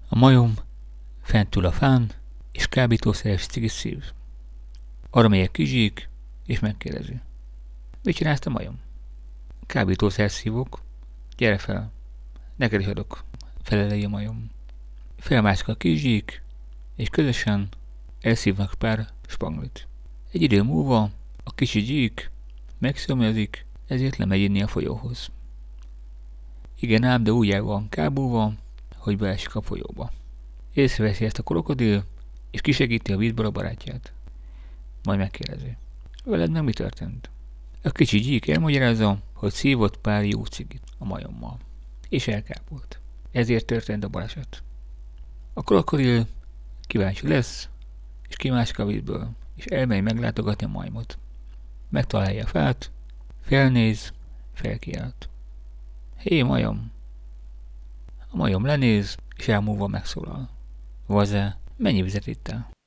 A majom fent ül a fán, és kábítószeres cigit szív. Arra megy egy kizsík, és megkérdezi. Mit csinálsz a majom? Kábítószer szívok. Gyere fel, neked is adok, felelei a majom. Felmászkál a kizsík, és közösen elszívnak pár spanglit. Egy idő múlva a kicsi gyík megszomjazik, ezért lemegy inni a folyóhoz. Igen ám, de úgy el van kábulva, hogy beesik a folyóba. Észreveszi ezt a krokodil, és kisegíti a vízből a barátját. Majd megkérdezi. Veled meg mi történt? A kicsi gyík elmagyarázza, hogy szívott pár jó cigit a majommal, és elkápult. Ezért történt a baleset. A krokodil kíváncsi lesz, és kimászik a vízből, és elmegy meglátogatni a majmot. Megtalálja a fát, felnéz, felkiált. Hé, majom! A majom lenéz, és elmúlva megszólal. Vaze, mennyi vizet ittál?